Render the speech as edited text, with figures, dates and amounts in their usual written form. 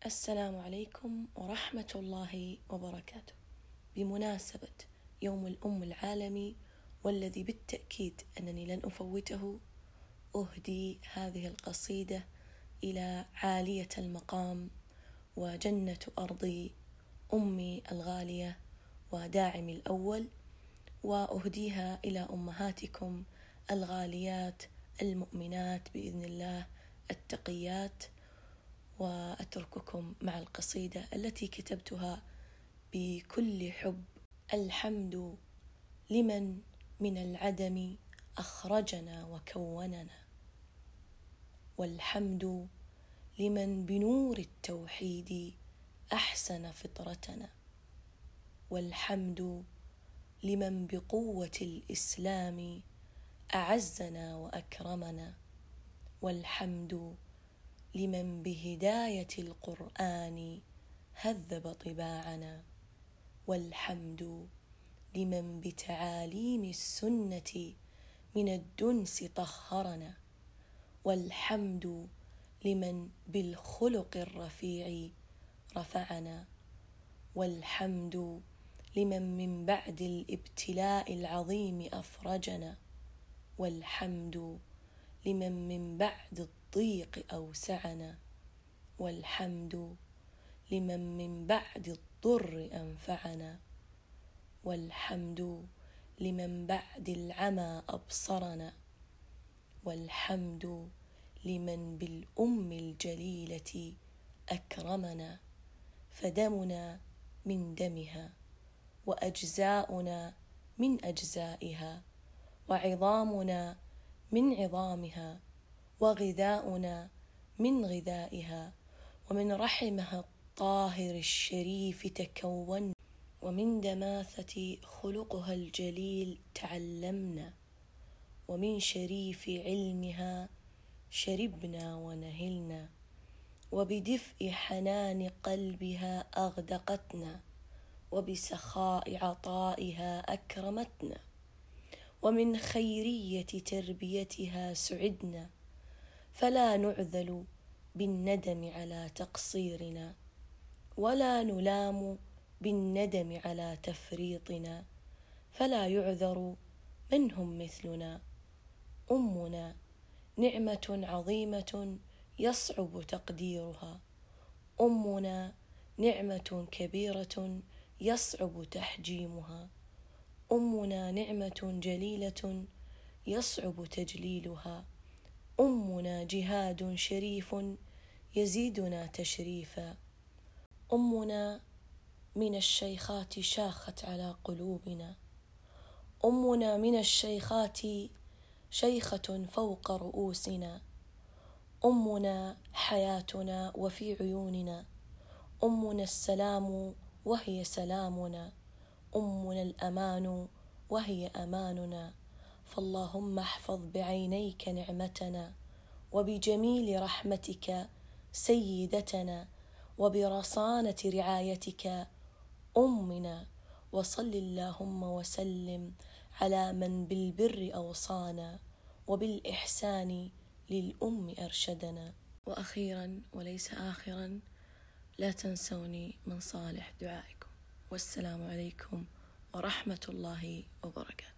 السلام عليكم ورحمة الله وبركاته. بمناسبة يوم الأم العالمي، والذي بالتأكيد أنني لن أفوته، أهدي هذه القصيدة إلى عالية المقام وجنة أرضي أمي الغالية وداعمي الأول، وأهديها إلى أمهاتكم الغاليات المؤمنات بإذن الله التقيات. وأترككم مع القصيدة التي كتبتها بكل حب. الحمد لمن من العدم أخرجنا وكوننا، والحمد لمن بنور التوحيد أحسن فطرتنا، والحمد لمن بقوة الإسلام أعزنا وأكرمنا، والحمد لمن بهداية القرآن هذب طباعنا، والحمد لمن بتعاليم السنة من الدنس طهرنا، والحمد لمن بالخلق الرفيع رفعنا، والحمد لمن من بعد الابتلاء العظيم أفرجنا، والحمد لمن من بعد الضيق أوسعنا، والحمد لمن من بعد الضر أنفعنا، والحمد لمن بعد العمى أبصرنا، والحمد لمن بالأم الجليلة أكرمنا، فدمنا من دمها، وأجزاؤنا من أجزائها، وعظامنا من عظامها، وغذاؤنا من غذائها، ومن رحمها الطاهر الشريف تكون، ومن دماثة خلقها الجليل تعلمنا، ومن شريف علمها شربنا ونهلنا، وبدفء حنان قلبها أغدقتنا، وبسخاء عطائها أكرمتنا، ومن خيرية تربيتها سعدنا، فلا نعذل بالندم على تقصيرنا، ولا نلام بالندم على تفريطنا، فلا يعذر من هم مثلنا. أمنا نعمة عظيمة يصعب تقديرها، أمنا نعمة كبيرة يصعب تحجيمها، أمنا نعمة جليلة يصعب تجليلها، أمنا جهاد شريف يزيدنا تشريفا، أمنا من الشيخات شاخت على قلوبنا، أمنا من الشيخات شيخة فوق رؤوسنا، أمنا حياتنا وفي عيوننا، أمنا السلام وهي سلامنا، أمنا الأمان وهي أماننا، فاللهم احفظ بعينيك نعمتنا، وبجميل رحمتك سيدتنا، وبرصانة رعايتك أمنا، وصل اللهم وسلم على من بالبر أوصانا، وبالإحسان للأم أرشدنا. وأخيرا وليس آخرا، لا تنسوني من صالح دعائكم، والسلام عليكم ورحمة الله وبركاته.